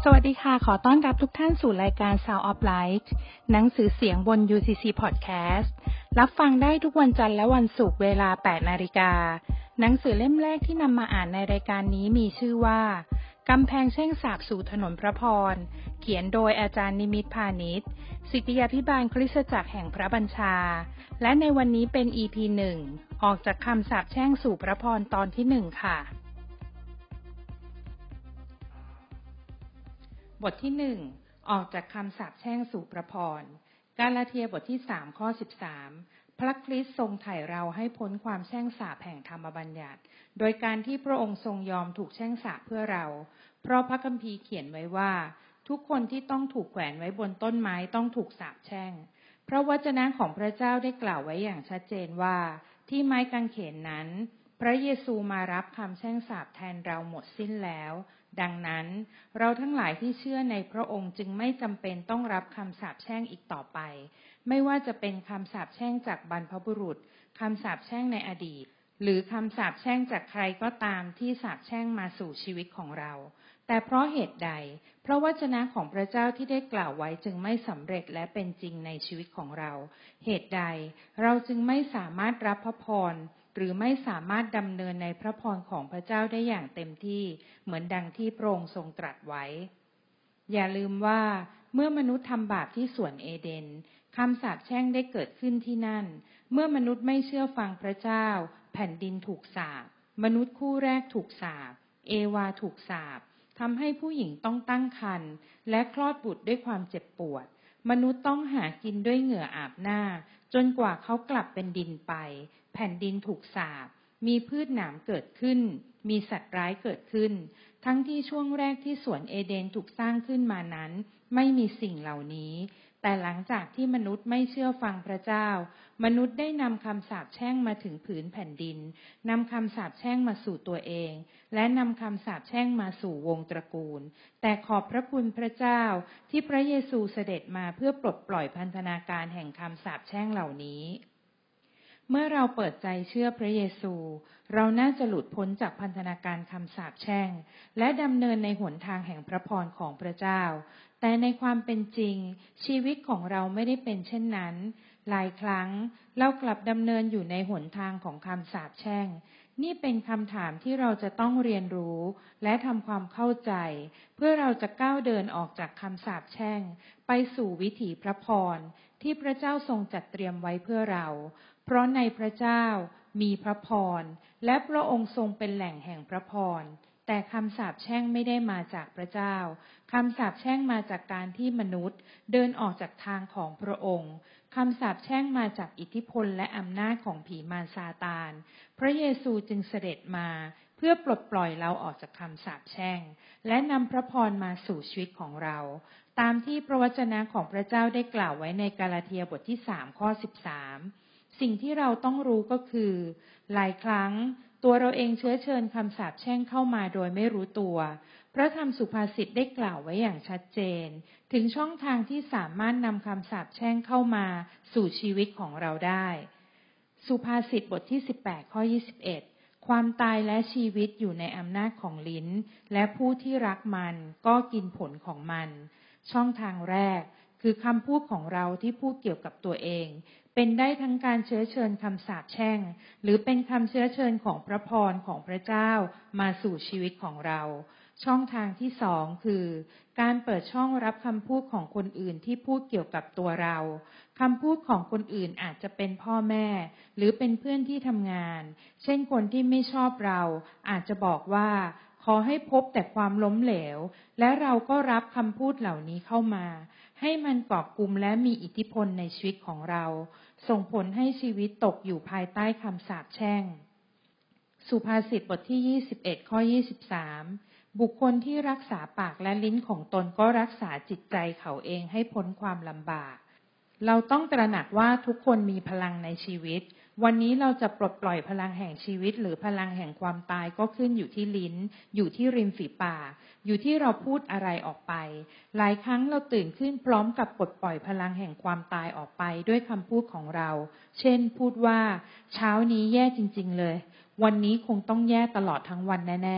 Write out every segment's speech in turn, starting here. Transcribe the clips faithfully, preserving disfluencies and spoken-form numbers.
วัสดีค่ะขอต้อนรับทุกท่านสู่รายการ Sound of Light หนังสือเสียงบน ยู ซี ซี Podcast รับฟังได้ทุกวันจันทร์และวันศุกร์เวลา แปดนาฬิกา หนังสือเล่มแรกที่นำมาอ่านในรายการนี้มีชื่อว่ากำแพงแช่งสาบสู่ถนนพระพรเขียนโดยอาจารย์นิมิตรพานิชศิษยาภิบาลคริสตจักรแห่งพระบัญชาและในวันนี้เป็น อี พี หนึ่ง ออกจากคำสาปแช่งสู่พระพรตอนที่หนึ่งค่ะบทที่หนึ่งออกจากคำสาปแช่งสู่พระพรกาลาเทียบทที่สามข้อสิบสามพระคริสต์ทรงไถ่เราให้พ้นความแช่งสาปแห่งธรรมบัญญัติโดยการที่พระองค์ทรงยอมถูกแช่งสาปเพื่อเราเพราะพระคัมภีร์เขียนไว้ว่าทุกคนที่ต้องถูกแขวนไว้บนต้นไม้ต้องถูกสาปแช่งพระวจนะของพระเจ้าได้กล่าวไว้อย่างชัดเจนว่าที่ไม้กางเขนนั้นพระเยซูมารับคำแช่งสาปแทนเราหมดสิ้นแล้วดังนั้นเราทั้งหลายที่เชื่อในพระองค์จึงไม่จำเป็นต้องรับคำสาปแช่งอีกต่อไปไม่ว่าจะเป็นคำสาปแช่งจากบรรพบุรุษคำสาปแช่งในอดีตหรือคำสาปแช่งจากใครก็ตามที่สาปแช่งมาสู่ชีวิตของเราแต่เพราะเหตุใดเพราะวจนะของพระเจ้าที่ได้กล่าวไว้จึงไม่สำเร็จและเป็นจริงในชีวิตของเราเหตุใดเราจึงไม่สามารถรับพระพรหรือไม่สามารถดำเนินในพระพรของพระเจ้าได้อย่างเต็มที่เหมือนดังที่พระองค์ทรงตรัสไว้อย่าลืมว่าเมื่อมนุษย์ทำบาปที่สวนเอเดนคำสาปแช่งได้เกิดขึ้นที่นั่นเมื่อมนุษย์ไม่เชื่อฟังพระเจ้าแผ่นดินถูกสาปมนุษย์คู่แรกถูกสาปเอวาถูกสาปทำให้ผู้หญิงต้องตั้งครรภ์และคลอดบุตรด้วยความเจ็บปวดมนุษย์ต้องหากินด้วยเหงื่ออาบหน้าจนกว่าเขากลับเป็นดินไปแผ่นดินถูกสาปมีพืชหนามเกิดขึ้นมีสัตว์ร้ายเกิดขึ้นทั้งที่ช่วงแรกที่สวนเอเดนถูกสร้างขึ้นมานั้นไม่มีสิ่งเหล่านี้แต่หลังจากที่มนุษย์ไม่เชื่อฟังพระเจ้ามนุษย์ได้นำคำสาปแช่งมาถึงผืนแผ่นดินนำคำสาปแช่งมาสู่ตัวเองและนำคำสาปแช่งมาสู่วงตระกูลแต่ขอบพระคุณพระเจ้าที่พระเยซูเสด็จมาเพื่อปลดปล่อยพันธนาการแห่งคำสาปแช่งเหล่านี้เมื่อเราเปิดใจเชื่อพระเยซูเราน่าจะหลุดพ้นจากพันธนาการคำสาปแช่งและดำเนินในหนทางแห่งพระพรของพระเจ้าแต่ในความเป็นจริงชีวิตของเราไม่ได้เป็นเช่นนั้นหลายครั้งเรากลับดำเนินอยู่ในหนทางของคำสาปแช่งนี่เป็นคำถามที่เราจะต้องเรียนรู้และทำความเข้าใจเพื่อเราจะก้าวเดินออกจากคำสาปแช่งไปสู่วิถีพระพรที่พระเจ้าทรงจัดเตรียมไว้เพื่อเราเพราะในพระเจ้ามีพระพรและพระองค์ทรงเป็นแหล่งแห่งพระพรแต่คำสาปแช่งไม่ได้มาจากพระเจ้าคำสาปแช่งมาจากการที่มนุษย์เดินออกจากทางของพระองค์คำสาปแช่งมาจากอิทธิพลและอำนาจของผีมารซาตานพระเยซูจึงเสด็จมาเพื่อปลดปล่อยเราออกจากคำสาปแช่งและนำพระพรมาสู่ชีวิตของเราตามที่พระวจนะของพระเจ้าได้กล่าวไว้ในกาลาเทียบทที่สามข้อสิบสามสิ่งที่เราต้องรู้ก็คือหลายครั้งตัวเราเองเชื้อเชิญคำสาปแช่งเข้ามาโดยไม่รู้ตัวพระธรรมสุภาษิตได้กล่าวไว้อย่างชัดเจนถึงช่องทางที่สามารถนำคำสาปแช่งเข้ามาสู่ชีวิตของเราได้สุภาษิตบทที่สิบแปดข้อยี่สิบเอ็ดความตายและชีวิตอยู่ในอำนาจของลิ้นและผู้ที่รักมันก็กินผลของมันช่องทางแรกคือคำพูดของเราที่พูดเกี่ยวกับตัวเองเป็นได้ทั้งการเชื้อเชิญคำสาปแช่งหรือเป็นคำเชื้อเชิญของพระพรของพระเจ้ามาสู่ชีวิตของเราช่องทางที่สองคือการเปิดช่องรับคำพูดของคนอื่นที่พูดเกี่ยวกับตัวเราคำพูดของคนอื่นอาจจะเป็นพ่อแม่หรือเป็นเพื่อนที่ทำงานเช่นคนที่ไม่ชอบเราอาจจะบอกว่าขอให้พบแต่ความล้มเหลวและเราก็รับคำพูดเหล่านี้เข้ามาให้มันเกาะกลุ่มและมีอิทธิพลในชีวิตของเราส่งผลให้ชีวิตตกอยู่ภายใต้คำสาปแช่งสุภาษิตบทที่ยี่สิบเอ็ดข้อยี่สิบสามบุคคลที่รักษาปากและลิ้นของตนก็รักษาจิตใจเขาเองให้พ้นความลำบากเราต้องตระหนักว่าทุกคนมีพลังในชีวิตวันนี้เราจะปลดปล่อยพลังแห่งชีวิตหรือพลังแห่งความตายก็ขึ้นอยู่ที่ลิ้นอยู่ที่ริมฝีปากอยู่ที่เราพูดอะไรออกไปหลายครั้งเราตื่นขึ้นพร้อมกับปลดปล่อยพลังแห่งความตายออกไปด้วยคำพูดของเราเช่นพูดว่าเช้านี้แย่จริงๆเลยวันนี้คงต้องแย่ตลอดทั้งวันแน่ๆ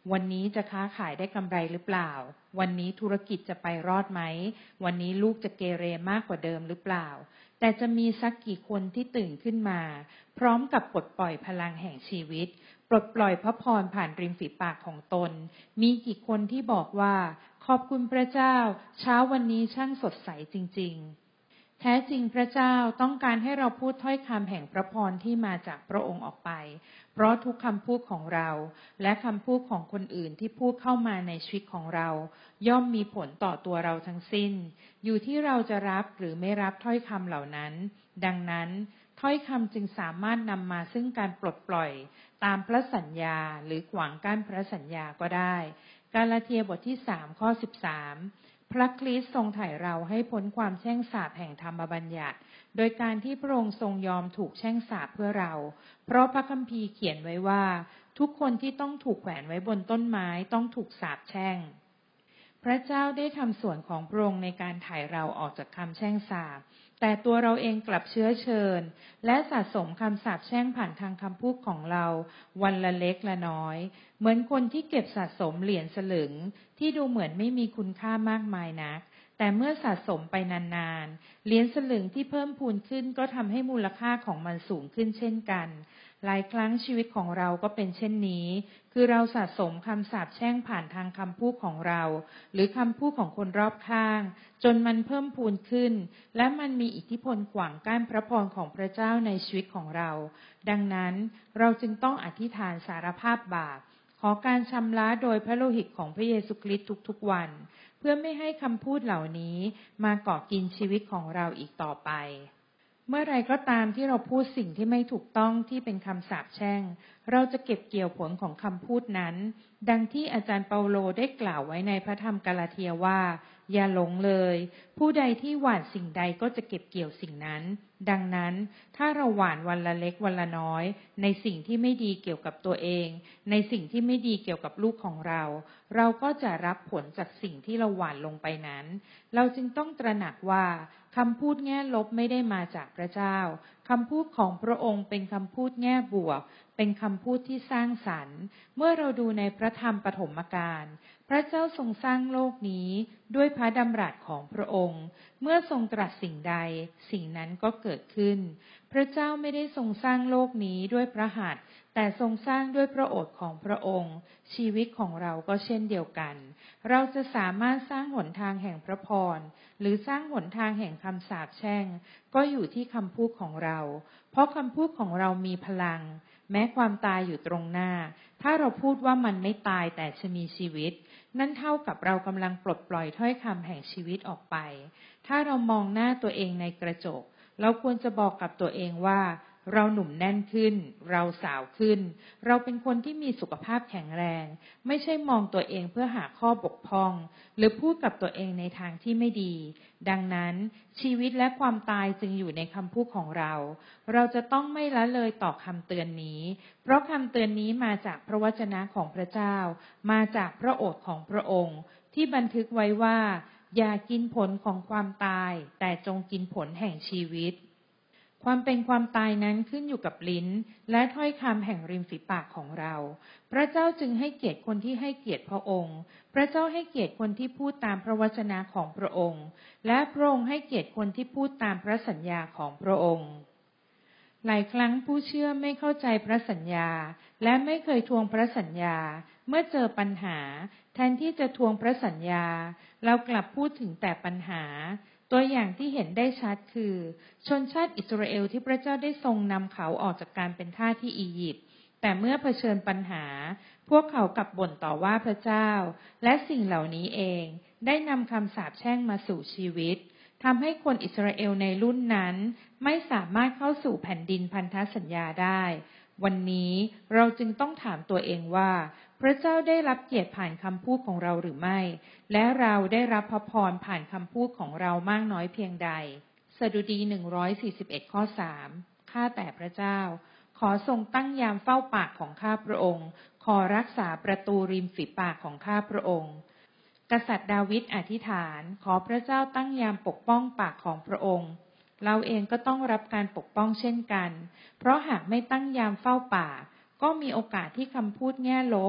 วันนี้จะค้าขายได้กำไรหรือเปล่าวันนี้ธุรกิจจะไปรอดไหมวันนี้ลูกจะเกเรมากกว่าเดิมหรือเปล่าแต่จะมีสักกี่คนที่ตื่นขึ้นมาพร้อมกับปลดปล่อยพลังแห่งชีวิตปลดปล่อยพระพรผ่านริมฝีปากของตนมีกี่คนที่บอกว่าขอบคุณพระเจ้าเช้าวันนี้ช่างสดใสจริงๆแท้จริงพระเจ้าต้องการให้เราพูดถ้อยคำแห่งพระพรที่มาจากพระองค์ออกไปเพราะทุกคำพูดของเราและคำพูดของคนอื่นที่พูดเข้ามาในชีวิตของเราย่อมมีผลต่อตัวเราทั้งสิ้นอยู่ที่เราจะรับหรือไม่รับถ้อยคำเหล่านั้นดังนั้นถ้อยคำจึงสามารถนำมาซึ่งการปลดปล่อยตามพระสัญญาหรือขวางกั้นพระสัญญาก็ได้กาลาเทียบทที่สามข้อสิบสามพระคริสต์ทรงไถ่เราให้พ้นความแช่งสาปแห่งธรรมบัญญัติโดยการที่พระองค์ทรงยอมถูกแช่งสาปเพื่อเราเพราะพระคัมภีร์เขียนไว้ว่าทุกคนที่ต้องถูกแขวนไว้บนต้นไม้ต้องถูกสาปแช่งพระเจ้าได้ทำส่วนของพระองค์ในการไถ่เราออกจากคำแช่งสาปแต่ตัวเราเองกลับเชื้อเชิญและสะสมคำสาปแช่งผ่านทางคำพูดของเราวันละเล็กละน้อยเหมือนคนที่เก็บสะสมเหรียญสลึงที่ดูเหมือนไม่มีคุณค่ามากมายนักแต่เมื่อสะสมไปนานๆเหรียญสลึงที่เพิ่มพูนขึ้นก็ทำให้มูลค่าของมันสูงขึ้นเช่นกันหลายครั้งชีวิตของเราก็เป็นเช่นนี้คือเราสะสมคำสาปแช่งผ่านทางคำพูดของเราหรือคำพูดของคนรอบข้างจนมันเพิ่มพูนขึ้นและมันมีอิทธิพลขวางกั้นพระพรของพระเจ้าในชีวิตของเราดังนั้นเราจึงต้องอธิษฐานสารภาพบาปขอการชำระโดยพระโลหิตของพระเยซูคริสต์ทุกๆวันเพื่อไม่ให้คำพูดเหล่านี้มาเกาะกินชีวิตของเราอีกต่อไปเมื่อไรก็ตามที่เราพูดสิ่งที่ไม่ถูกต้องที่เป็นคำสาปแช่งเราจะเก็บเกี่ยวผลของคำพูดนั้นดังที่อาจารย์เปาโลได้กล่าวไว้ในพระธรรมกาลาเทียว่าอย่าหลงเลยผู้ใดที่หว่านสิ่งใดก็จะเก็บเกี่ยวสิ่งนั้นดังนั้นถ้าเราหว่านวันละเล็กวันละน้อยในสิ่งที่ไม่ดีเกี่ยวกับตัวเองในสิ่งที่ไม่ดีเกี่ยวกับลูกของเราเราก็จะรับผลจากสิ่งที่เราหว่านลงไปนั้นเราจึงต้องตระหนักว่าคำพูดแง่ลบไม่ได้มาจากพระเจ้าคำพูดของพระองค์เป็นคำพูดแง่บวกเป็นคำพูดที่สร้างสรรค์เมื่อเราดูในพระธรรมปฐมกาลพระเจ้าทรงสร้างโลกนี้ด้วยพระดำรัสของพระองค์เมื่อทรงตรัสสิ่งใดสิ่งนั้นก็เกิดขึ้นพระเจ้าไม่ได้ทรงสร้างโลกนี้ด้วยพระหัตถ์แต่ทรงสร้างด้วยพระโอษฐ์ของพระองค์ชีวิตของเราก็เช่นเดียวกันเราจะสามารถสร้างหนทางแห่งพระพรหรือสร้างหนทางแห่งคำสาปแช่งก็อยู่ที่คำพูดของเราเพราะคำพูดของเรามีพลังแม้ความตายอยู่ตรงหน้าถ้าเราพูดว่ามันไม่ตายแต่จะมีชีวิตนั่นเท่ากับเรากำลังปลดปล่อยถ้อยคำแห่งชีวิตออกไปถ้าเรามองหน้าตัวเองในกระจกเราควรจะบอกกับตัวเองว่าเราหนุ่มแน่นขึ้นเราสาวขึ้นเราเป็นคนที่มีสุขภาพแข็งแรงไม่ใช่มองตัวเองเพื่อหาข้อบกพร่องหรือพูดกับตัวเองในทางที่ไม่ดีดังนั้นชีวิตและความตายจึงอยู่ในคำพูดของเราเราจะต้องไม่ละเลยต่อคำเตือนนี้เพราะคำเตือนนี้มาจากพระวจนะของพระเจ้ามาจากพระโอษฐ์ของพระองค์ที่บันทึกไว้ว่าอย่ากินผลของความตายแต่จงกินผลแห่งชีวิตความเป็นความตายนั้นขึ้นอยู่กับลิ้นและถ้อยคำแห่งริมฝีปากของเราพระเจ้าจึงให้เกียรติคนที่ให้เกียรติพระองค์พระเจ้าให้เกียรติคนที่พูดตามพระวจนะของพระองค์และพระองค์ให้เกียรติคนที่พูดตามพระสัญญาของพระองค์หลายครั้งผู้เชื่อไม่เข้าใจพระสัญญาและไม่เคยทวงพระสัญญาเมื่อเจอปัญหาแทนที่จะทวงพระสัญญาเรากลับพูดถึงแต่ปัญหาตัวอย่างที่เห็นได้ชัดคือชนชาติอิสราเอลที่พระเจ้าได้ทรงนำเขาออกจากการเป็นทาสที่อียิปต์แต่เมื่อเผชิญปัญหาพวกเขากลับบ่นต่อว่าพระเจ้าและสิ่งเหล่านี้เองได้นำคำสาปแช่งมาสู่ชีวิตทำให้คนอิสราเอลในรุ่นนั้นไม่สามารถเข้าสู่แผ่นดินพันธสัญญาได้วันนี้เราจึงต้องถามตัวเองว่าพระเจ้าได้รับเกียรติผ่านคำพูดของเราหรือไม่และเราได้รับพระพรผ่านคำพูดของเรามากน้อยเพียงใดสดุดีหนึ่งร้อยสี่สิบเอ็ดข้อสามข้าแต่พระเจ้าขอทรงตั้งยามเฝ้าปากของข้าพระองค์ขอรักษาประตูริมฝีปากของข้าพระองค์กษัตริย์ดาวิดอธิษฐานขอพระเจ้าตั้งยามปกป้องปากของพระองค์เราเองก็ต้องรับการปกป้องเช่นกันเพราะหากไม่ตั้งยามเฝ้าปากก็มีโอกาสที่คำพูดแง่ลบ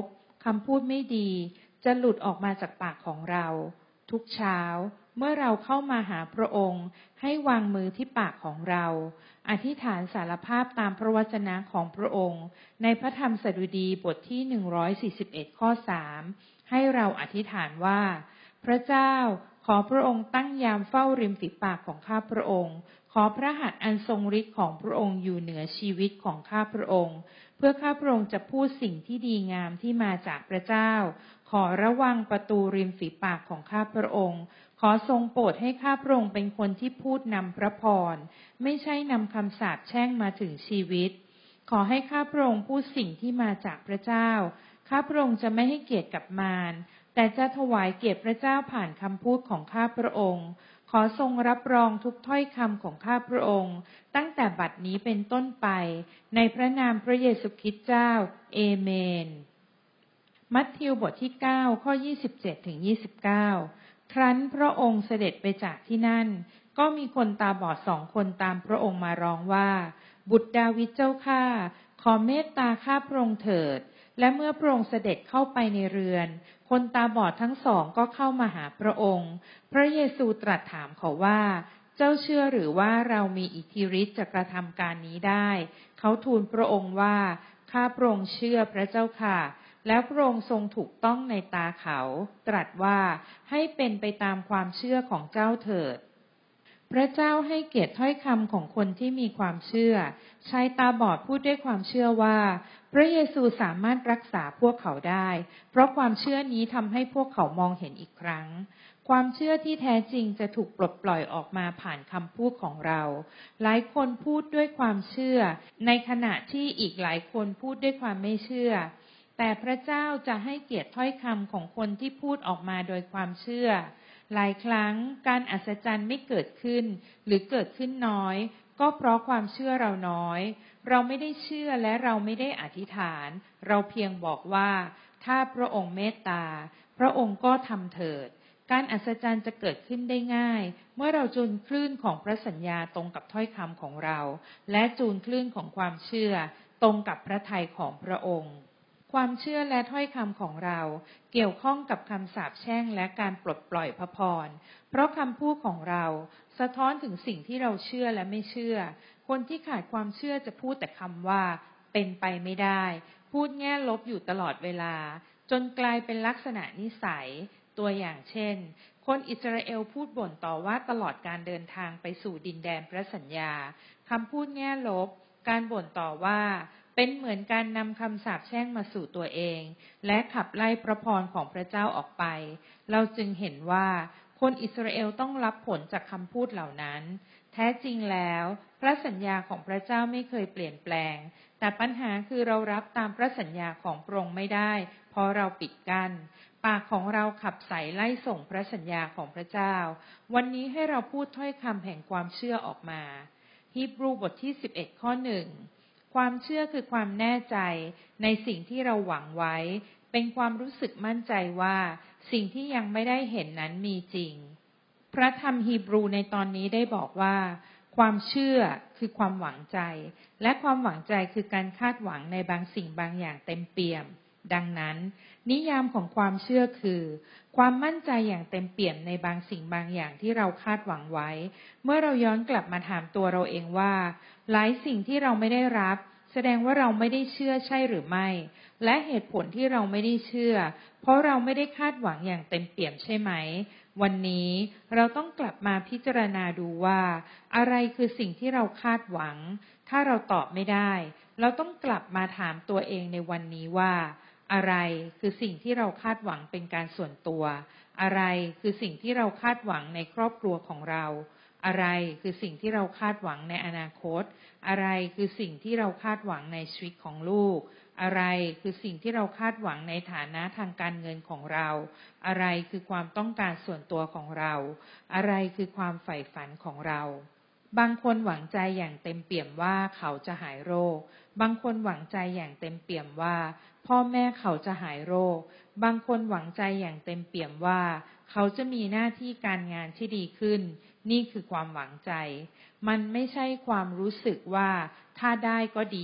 คำพูดไม่ดีจะหลุดออกมาจากปากของเราทุกเช้าเมื่อเราเข้ามาหาพระองค์ให้วางมือที่ปากของเราอธิษฐานสารภาพตามพระวจนะของพระองค์ในพระธรรมสดุดีบทที่หนึ่งร้อยสี่สิบเอ็ดข้อสามให้เราอธิษฐานว่าพระเจ้าขอพระองค์ตั้งยามเฝ้าริมฝีปากของข้าพระองค์ขอพระหัตถ์อันทรงฤทธิ์ของพระองค์อยู่เหนือชีวิตของข้าพระองค์เพื่อข้าพระองค์จะพูดสิ่งที่ดีงามที่มาจากพระเจ้าขอระวังประตูริมฝีปากของข้าพระองค์ขอทรงโปรดให้ข้าพระองค์เป็นคนที่พูดนำพระพรไม่ใช่นำคำสาปแช่งมาถึงชีวิตขอให้ข้าพระองค์พูดสิ่งที่มาจากพระเจ้าข้าพระองค์จะไม่ให้เกียรติกับมารแต่จะถวายเกียรติพระเจ้าผ่านคำพูดของข้าพระองค์ขอทรงรับรองทุกถ้อยคำของข้าพระองค์ตั้งแต่บัดนี้เป็นต้นไปในพระนามพระเยซูคริสต์เจ้าเอเมนมัทธิวบทที่เก้าข้อยี่สิบเจ็ดถึงยี่สิบเก้าครั้นพระองค์เสด็จไปจากที่นั่นก็มีคนตาบอดสองคนตามพระองค์มาร้องว่าบุตรดาวิดเจ้าข้าขอเมตตาข้าพระองค์เถิดและเมื่อพระองค์เสด็จเข้าไปในเรือนคนตาบอดทั้งสองก็เข้ามาหาพระองค์พระเยซูตรัสถามเขาว่าเจ้าเชื่อหรือว่าเรามีอิทธิฤทธิ์จะกระทำการนี้ได้เขาทูลพระองค์ว่าข้าพระองค์เชื่อพระเจ้าค่ะแล้วพระองค์ทรงถูกต้องในตาเขาตรัสว่าให้เป็นไปตามความเชื่อของเจ้าเถิดพระเจ้าให้เกียรติถ้อยคำของคนที่มีความเชื่อชายตาบอดพูดด้วยความเชื่อว่าพระเยซูสามารถรักษาพวกเขาได้เพราะความเชื่อนี้ทำให้พวกเขามองเห็นอีกครั้งความเชื่อที่แท้จริงจะถูกปลดปล่อยออกมาผ่านคำพูดของเราหลายคนพูดด้วยความเชื่อในขณะที่อีกหลายคนพูดด้วยความไม่เชื่อแต่พระเจ้าจะให้เกียรติถ้อยคำของคนที่พูดออกมาโดยความเชื่อหลายครั้งการอัศจรรย์ไม่เกิดขึ้นหรือเกิดขึ้นน้อยก็เพราะความเชื่อเราน้อยเราไม่ได้เชื่อและเราไม่ได้อธิษฐานเราเพียงบอกว่าถ้าพระองค์เมตตาพระองค์ก็ทำเถิดการอัศจรรย์จะเกิดขึ้นได้ง่ายเมื่อเราจูนคลื่นของพระสัญญาตรงกับถ้อยคำของเราและจูนคลื่นของความเชื่อตรงกับพระทัยของพระองค์ความเชื่อและถ้อยคำของเราเกี่ยวข้องกับคำสาปแช่งและการปลดปล่อยพระพรเพราะคำพูดของเราสะท้อนถึงสิ่งที่เราเชื่อและไม่เชื่อคนที่ขาดความเชื่อจะพูดแต่คำว่าเป็นไปไม่ได้พูดแง่ลบอยู่ตลอดเวลาจนกลายเป็นลักษณะนิสัยตัวอย่างเช่นคนอิสราเอลพูดบ่นต่อว่าตลอดการเดินทางไปสู่ดินแดนพระสัญญาคำพูดแง่ลบการบ่นต่อว่าเป็นเหมือนการนำคำสาปแช่งมาสู่ตัวเองและขับไล่พระพรของพระเจ้าออกไปเราจึงเห็นว่าคนอิสราเอลต้องรับผลจากคำพูดเหล่านั้นแท้จริงแล้วพระสัญญาของพระเจ้าไม่เคยเปลี่ยนแปลงแต่ปัญหาคือเรารับตามพระสัญญาของพระองค์ไม่ได้เพราะเราปิดกั้นปากของเราขับใส่ไล่ส่งพระสัญญาของพระเจ้าวันนี้ให้เราพูดถ้อยคำแห่งความเชื่อออกมาฮีบรูบทที่สิบเอ็ดข้อหนึ่งความเชื่อคือความแน่ใจในสิ่งที่เราหวังไว้เป็นความรู้สึกมั่นใจว่าสิ่งที่ยังไม่ได้เห็นนั้นมีจริงพระธรรมฮีบรูในตอนนี้ได้บอกว่าความเชื่อคือความหวังใจและความหวังใจคือการคาดหวังในบางสิ่งบางอย่างเต็มเปี่ยมดังนั้นนิยามของความเชื่อคือความมั่นใจอย่างเต็มเปี่ยมในบางสิ่งบางอย่างที่เราคาดหวังไว้เมื่อเราย้อนกลับมาถามตัวเราเองว่าหลายสิ่งที่เราไม่ได้รับแสดงว่าเราไม่ได้เชื่อใช่หรือไม่และเหตุผลที่เราไม่ได้เชื่อเพราะเราไม่ได้คาดหวังอย่างเต็มเปี่ยมใช่ไหมวันนี้เราต้องกลับมาพิจารณาดูว่าอะไรคือสิ่งที่เราคาดหวังถ้าเราตอบไม่ได้เราต้องกลับมาถามตัวเองในวันนี้ว่าอะไรคือสิ่งที่เราคาดหวังเป็นการส่วนตัวอะไรคือสิ่งที่เราคาดหวังในครอบครัวของเราอะไรคือสิ่งที่เราคาดหวังในอนาคตอะไรคือสิ่งที่เราคาดหวังในชีวิตของลูกอะไรคือสิ่งที่เราคาดหวังในฐานะทางการเงินของเราอะไรคือความต้องการส่วนตัวของเราอะไรคือความใฝ่ฝันของเราบางคนหวังใจอย่างเต็มเปี่ยมว่าเขาจะหายโรคบางคนหวังใจอย่างเต็มเปี่ยมว่าพ่อแม่เขาจะหายโรคบางคนหวังใจอย่างเต็มเปี่ยมว่าเขาจะมีหน้าที่การงานที่ดีขึ้นนี่คือความหวังใจมันไม่ใช่ความรู้สึกว่าถ้าได้ก็ดี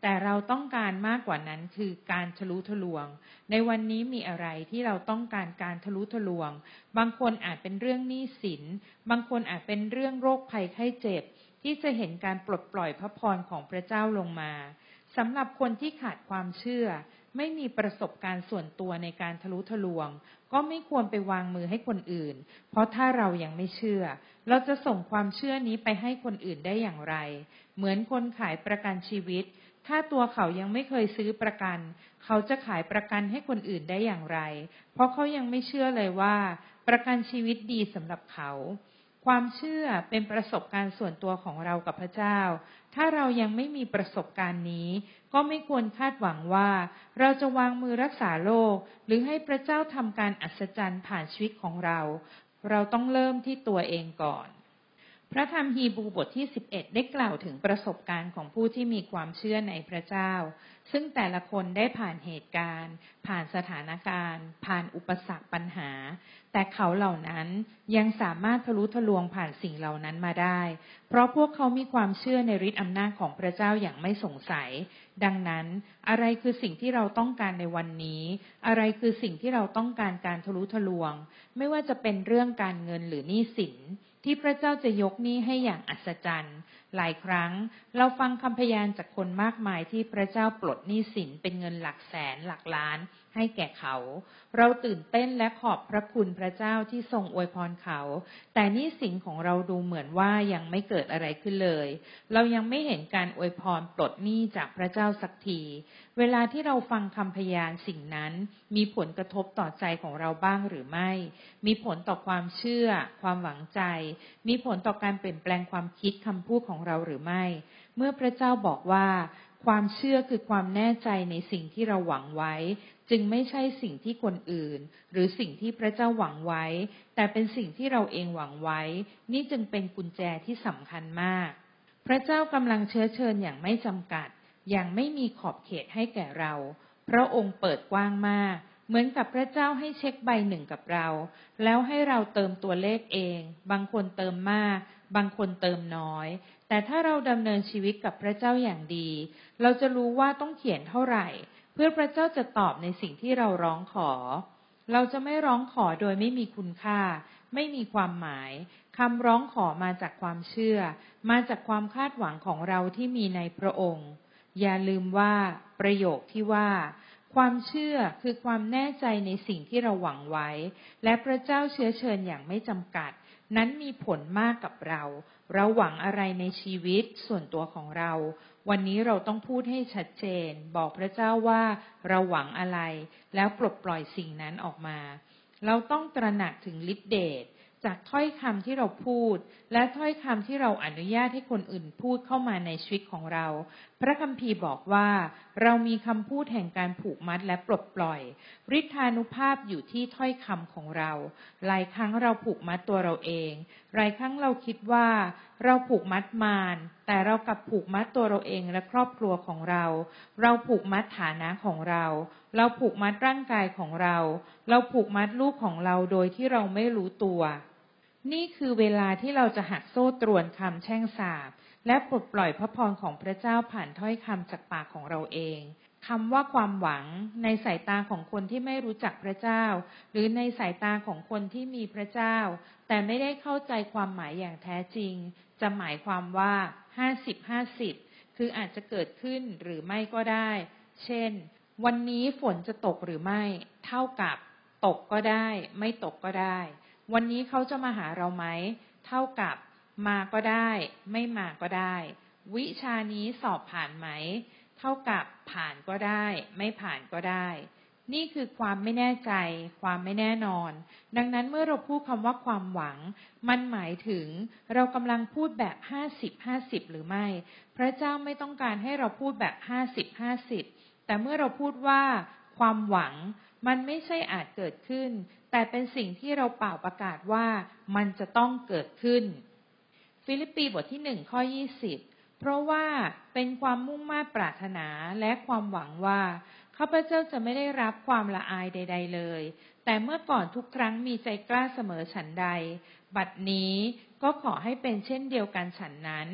แต่เราต้องการมากกว่านั้นคือการทะลุทะลวงในวันนี้มีอะไรที่เราต้องการการทะลุทะลวงบางคนอาจเป็นเรื่องหนี้สินบางคนอาจเป็นเรื่องโรคภัยไข้เจ็บที่จะเห็นการปลดปล่อยพระพรของพระเจ้าลงมาสำหรับคนที่ขาดความเชื่อไม่มีประสบการณ์ส่วนตัวในการทะลุทะลวงก็ไม่ควรไปวางมือให้คนอื่นเพราะถ้าเรายังไม่เชื่อเราจะส่งความเชื่อนี้ไปให้คนอื่นได้อย่างไรเหมือนคนขายประกันชีวิตถ้าตัวเขายังไม่เคยซื้อประกันเขาจะขายประกันให้คนอื่นได้อย่างไรเพราะเขายังไม่เชื่อเลยว่าประกันชีวิตดีสำหรับเขาความเชื่อเป็นประสบการณ์ส่วนตัวของเรากับพระเจ้าถ้าเรายังไม่มีประสบการณ์นี้ก็ไม่ควรคาดหวังว่าเราจะวางมือรักษาโรคหรือให้พระเจ้าทำการอัศจรรย์ผ่านชีวิตของเราเราต้องเริ่มที่ตัวเองก่อนพระธรรมฮีบรูบทที่สิบเอ็ดได้กล่าวถึงประสบการณ์ของผู้ที่มีความเชื่อในพระเจ้าซึ่งแต่ละคนได้ผ่านเหตุการณ์ผ่านสถานการณ์ผ่านอุปสรรคปัญหาแต่เขาเหล่านั้นยังสามารถทะลุทะลวงผ่านสิ่งเหล่านั้นมาได้เพราะพวกเขามีความเชื่อในฤทธิ์อำนาจของพระเจ้าอย่างไม่สงสัยดังนั้นอะไรคือสิ่งที่เราต้องการในวันนี้อะไรคือสิ่งที่เราต้องการการทะลุทะลวงไม่ว่าจะเป็นเรื่องการเงินหรือหนี้สินที่พระเจ้าจะยกหนี้ให้อย่างอัศจรรย์หลายครั้งเราฟังคำพยานจากคนมากมายที่พระเจ้าปลดหนี้สินเป็นเงินหลักแสนหลักล้านให้แก่เขาเราตื่นเต้นและขอบพระคุณพระเจ้าที่ทรงอวยพรเขาแต่หนี้สินของเราดูเหมือนว่ายังไม่เกิดอะไรขึ้นเลยเรายังไม่เห็นการอวยพรปลดหนี้จากพระเจ้าสักทีเวลาที่เราฟังคำพยานสิ่งนั้นมีผลกระทบต่อใจของเราบ้างหรือไม่มีผลต่อความเชื่อความหวังใจมีผลต่อการเปลี่ยนแปลงความคิดคำพูดของเราหรือไม่เมื่อพระเจ้าบอกว่าความเชื่อคือความแน่ใจในสิ่งที่เราหวังไว้จึงไม่ใช่สิ่งที่คนอื่นหรือสิ่งที่พระเจ้าหวังไว้แต่เป็นสิ่งที่เราเองหวังไว้นี่จึงเป็นกุญแจที่สำคัญมากพระเจ้ากำลังเชื้อเชิญอย่างไม่จำกัดอย่างไม่มีขอบเขตให้แก่เราพระองค์เปิดกว้างมากเหมือนกับพระเจ้าให้เช็คใบหนึ่งกับเราแล้วให้เราเติมตัวเลขเองบางคนเติมมากบางคนเติมน้อยแต่ถ้าเราดำเนินชีวิตกับพระเจ้าอย่างดีเราจะรู้ว่าต้องเขียนเท่าไหร่เพื่อพระเจ้าจะตอบในสิ่งที่เราร้องขอเราจะไม่ร้องขอโดยไม่มีคุณค่าไม่มีความหมายคำร้องขอมาจากความเชื่อมาจากความคาดหวังของเราที่มีในพระองค์อย่าลืมว่าประโยคที่ว่าความเชื่อคือความแน่ใจในสิ่งที่เราหวังไว้และพระเจ้าเชื้อเชิญอย่างไม่จำกัดนั้นมีผลมากกับเราเราหวังอะไรในชีวิตส่วนตัวของเราวันนี้เราต้องพูดให้ชัดเจนบอกพระเจ้าว่าเราหวังอะไรแล้วปลดปล่อยสิ่งนั้นออกมาเราต้องตระหนักถึงฤทธิเดชจากถ้อยคำที่เราพูดและถ้อยคำที่เราอนุญาตให้คนอื่นพูดเข้ามาในชีวิตของเราพระคัมภีร์บอกว่าเรามีคำพูดแห่งการผูกมัดและปลดปล่อยฤทธานุภาพอยู่ที่ถ้อยคำของเราหลายครั้งเราผูกมัดตัวเราเองหลายครั้งเราคิดว่าเราผูกมัดมารแต่เรากลับผูกมัดตัวเราเองและครอบครัวของเราเราผูกมัดฐานะของเราเราผูกมัดร่างกายของเราเราผูกมัดลูกของเราโดยที่เราไม่รู้ตัวนี่คือเวลาที่เราจะหักโซ่ตรวนคำแช่งสาปและปลดปล่อยพระพรของพระเจ้าผ่านถ้อยคำจากปากของเราเองคำว่าความหวังในสายตาของคนที่ไม่รู้จักพระเจ้าหรือในสายตาของคนที่มีพระเจ้าแต่ไม่ได้เข้าใจความหมายอย่างแท้จริงจะหมายความว่าห้าสิบ ห้าสิบคืออาจจะเกิดขึ้นหรือไม่ก็ได้เช่นวันนี้ฝนจะตกหรือไม่เท่ากับตกก็ได้ไม่ตกก็ได้วันนี้เขาจะมาหาเราไหมเท่ากับมาก็ได้ไม่มาก็ได้วิชานี้สอบผ่านไหมเท่ากับผ่านก็ได้ไม่ผ่านก็ได้นี่คือความไม่แน่ใจความไม่แน่นอนดังนั้นเมื่อเราพูดคำว่าความหวังมันหมายถึงเรากำลังพูดแบบห้าสิบ ห้าสิบหรือไม่พระเจ้าไม่ต้องการให้เราพูดแบบห้าสิบ ห้าสิบแต่เมื่อเราพูดว่าความหวังมันไม่ใช่อาจเกิดขึ้นแต่เป็นสิ่งที่เราเป่าประกาศว่ามันจะต้องเกิดขึ้นฟิลิปปีบทที่หนึ่งข้อยี่สิบเพราะว่าเป็นความมุ่งมา่ปรารถนาและความหวังว่าข้าพเจ้าจะไม่ได้รับความละอายใดๆเลยแต่เมื่อก่อนทุกครั้งมีใจกล้าเสมอฉันใดบัดนี้ก็ขอให้เป็นเช่นเดียวกันฉันนั้นพ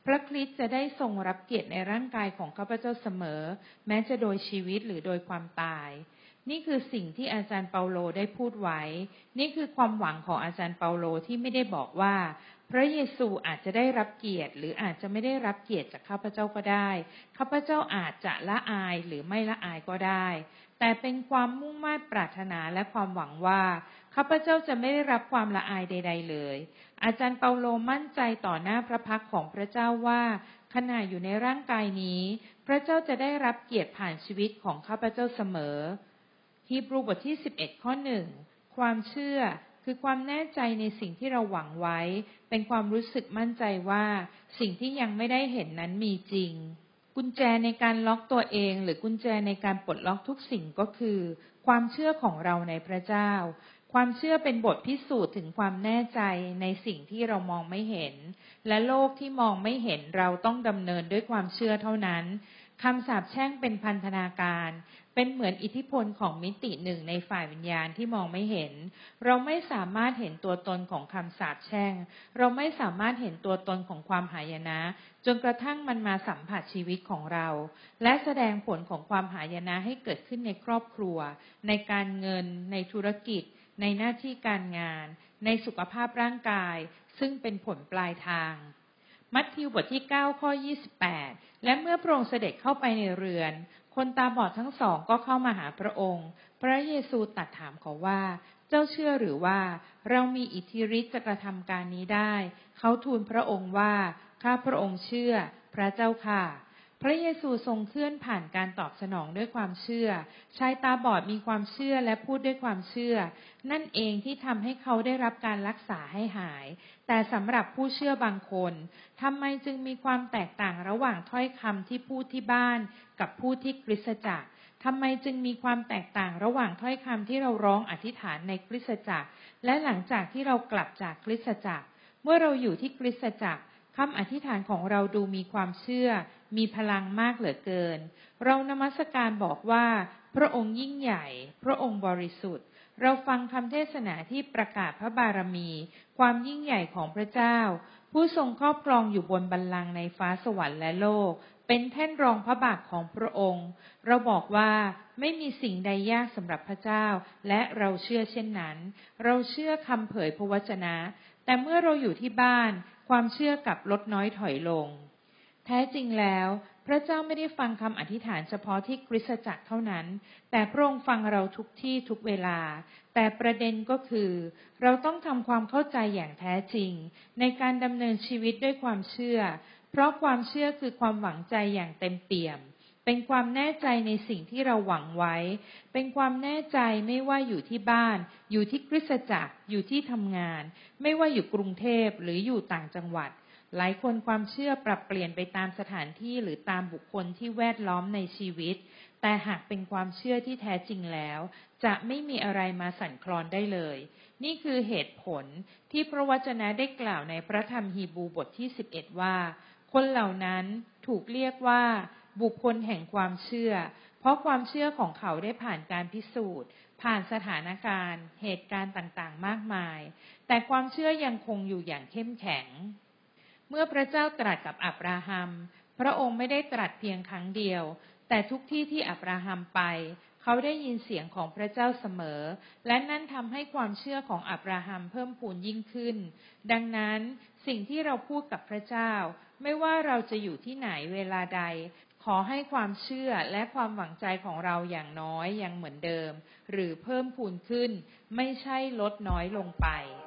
พระคริสต์จะได้ทรงรับเกียรติในร่างกายของข้าพเจ้าเสมอแม้จะโดยชีวิตหรือโดยความตายนี่คือสิ่งที่อาจารย์เปาโลได้พูดไว้นี่คือความหวังของอาจารย์เปาโลที่ไม่ได้บอกว่าพระเยซูอาจจะได้รับเกียรติหรืออาจจะไม่ได้รับเกียรติจากข้าพเจ้าก็ได้ข้าพเจ้าอาจจะละอายหรือไม่ละอายก็ได้แต่เป็นความมุ่งมั่นปรารถนาและความหวังว่าข้าพเจ้าจะไม่ได้รับความละอายใดๆเลยอาจารย์เปาโลมั่นใจต่อหน้าพระพักของพระเจ้าว่าขณะอยู่ในร่างกายนี้พระเจ้าจะได้รับเกียรติผ่านชีวิตของข้าพเจ้าเสมอฮีบรูบทที่สิบเอ็ดข้อหนึ่งความเชื่อคือความแน่ใจในสิ่งที่เราหวังไว้เป็นความรู้สึกมั่นใจว่าสิ่งที่ยังไม่ได้เห็นนั้นมีจริงกุญแจในการล็อกตัวเองหรือกุญแจในการปลดล็อกทุกสิ่งก็คือความเชื่อของเราในพระเจ้าความเชื่อเป็นบทพิสูจน์ถึงความแน่ใจในสิ่งที่เรามองไม่เห็นและโลกที่มองไม่เห็นเราต้องดำเนินด้วยความเชื่อเท่านั้นคำสาปแช่งเป็นพันธนาการเป็นเหมือนอิทธิพลของมิติหนึ่งในฝ่ายวิญญาณที่มองไม่เห็นเราไม่สามารถเห็นตัวตนของคำสาปแช่งเราไม่สามารถเห็นตัวตนของความหายนะจนกระทั่งมันมาสัมผัสชีวิตของเราและแสดงผลของความหายนะให้เกิดขึ้นในครอบครัวในการเงินในธุรกิจในหน้าที่การงานในสุขภาพร่างกายซึ่งเป็นผลปลายทางมัทธิวบทที่เก้าข้อยี่สิบแปดและเมื่อพระองค์เสด็จเข้าไปในเรือนคนตาบอดทั้งสองก็เข้ามาหาพระองค์พระเยซูตรัสถามเขาว่าเจ้าเชื่อหรือว่าเรามีอิทธิฤทธิ์จะกระทำการนี้ได้เขาทูลพระองค์ว่าข้าพระองค์เชื่อพระเจ้าค่ะพระเยซูทรงเคลื่อนผ่านการตอบสนองด้วยความเชื่อชายตาบอดมีความเชื่อและพูดด้วยความเชื่อนั่นเองที่ทำให้เขาได้รับการรักษาให้หายแต่สำหรับผู้เชื่อบางคนทำไมจึงมีความแตกต่างระหว่างถ้อยคำที่พูดที่บ้านกับพูดที่คริสตจักรทำไมจึงมีความแตกต่างระหว่างถ้อยคำที่เราร้องอธิษฐานในคริสตจักรและหลังจากที่เรากลับจากคริสตจักรเมื่อเราอยู่ที่คริสตจักรคำอธิษฐานของเราดูมีความเชื่อมีพลังมากเหลือเกินเรานมัสการบอกว่าพระองค์ยิ่งใหญ่พระองค์บริสุทธิ์เราฟังคำเทศนาที่ประกาศพระบารมีความยิ่งใหญ่ของพระเจ้าผู้ทรงครอบครองอยู่บนบัลลังก์ในฟ้าสวรรค์และโลกเป็นแท่นรองพระบาทของพระองค์เราบอกว่าไม่มีสิ่งใดยากสำหรับพระเจ้าและเราเชื่อเช่นนั้นเราเชื่อคำเผยพระวจนะแต่เมื่อเราอยู่ที่บ้านความเชื่อกับลดน้อยถอยลงแท้จริงแล้วพระเจ้าไม่ได้ฟังคำอธิษฐานเฉพาะที่คริสตจักรเท่านั้นแต่พระองค์ฟังเราทุกที่ทุกเวลาแต่ประเด็นก็คือเราต้องทำความเข้าใจอย่างแท้จริงในการดำเนินชีวิตด้วยความเชื่อเพราะความเชื่อคือความหวังใจอย่างเต็มเปี่ยมเป็นความแน่ใจในสิ่งที่เราหวังไว้เป็นความแน่ใจไม่ว่าอยู่ที่บ้านอยู่ที่คริสตจักรอยู่ที่ทำงานไม่ว่าอยู่กรุงเทพหรืออยู่ต่างจังหวัดหลายคนความเชื่อปรับเปลี่ยนไปตามสถานที่หรือตามบุคคลที่แวดล้อมในชีวิตแต่หากเป็นความเชื่อที่แท้จริงแล้วจะไม่มีอะไรมาสั่นคลอนได้เลยนี่คือเหตุผลที่พระวจนะได้กล่าวในพระธรรมฮีบรูบทที่สิบเอ็ดว่าคนเหล่านั้นถูกเรียกว่าบุคคลแห่งความเชื่อเพราะความเชื่อของเขาได้ผ่านการพิสูจน์ผ่านสถานการณ์เหตุการณ์ต่างๆมากมายแต่ความเชื่อยังคงอยู่อย่างเข้มแข็งเมื่อพระเจ้าตรัสกับอับราฮัมพระองค์ไม่ได้ตรัสเพียงครั้งเดียวแต่ทุกที่ที่อับราฮัมไปเขาได้ยินเสียงของพระเจ้าเสมอและนั่นทำให้ความเชื่อของอับราฮัมเพิ่มพูนยิ่งขึ้นดังนั้นสิ่งที่เราพูดกับพระเจ้าไม่ว่าเราจะอยู่ที่ไหนเวลาใดขอให้ความเชื่อและความหวังใจของเราอย่างน้อยยังเหมือนเดิมหรือเพิ่มพูนขึ้นไม่ใช่ลดน้อยลงไป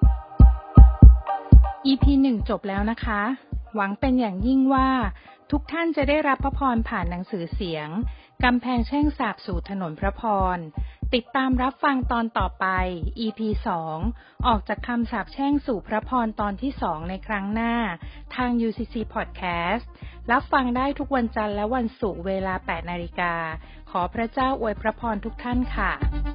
อี พี หนึ่งจบแล้วนะคะหวังเป็นอย่างยิ่งว่าทุกท่านจะได้รับพระพรผ่านหนังสือเสียงกำแพงแช่งสาปสู่ถนนพระพรติดตามรับฟังตอนต่อไป อี พี สองออกจากคำสาปแช่งสู่พระพรตอนที่สองในครั้งหน้าทาง ยู ซี ซี Podcast รับฟังได้ทุกวันจันทร์และวันศุกร์เวลา แปดนาฬิกาขอพระเจ้าอวยพระพรทุกท่านค่ะ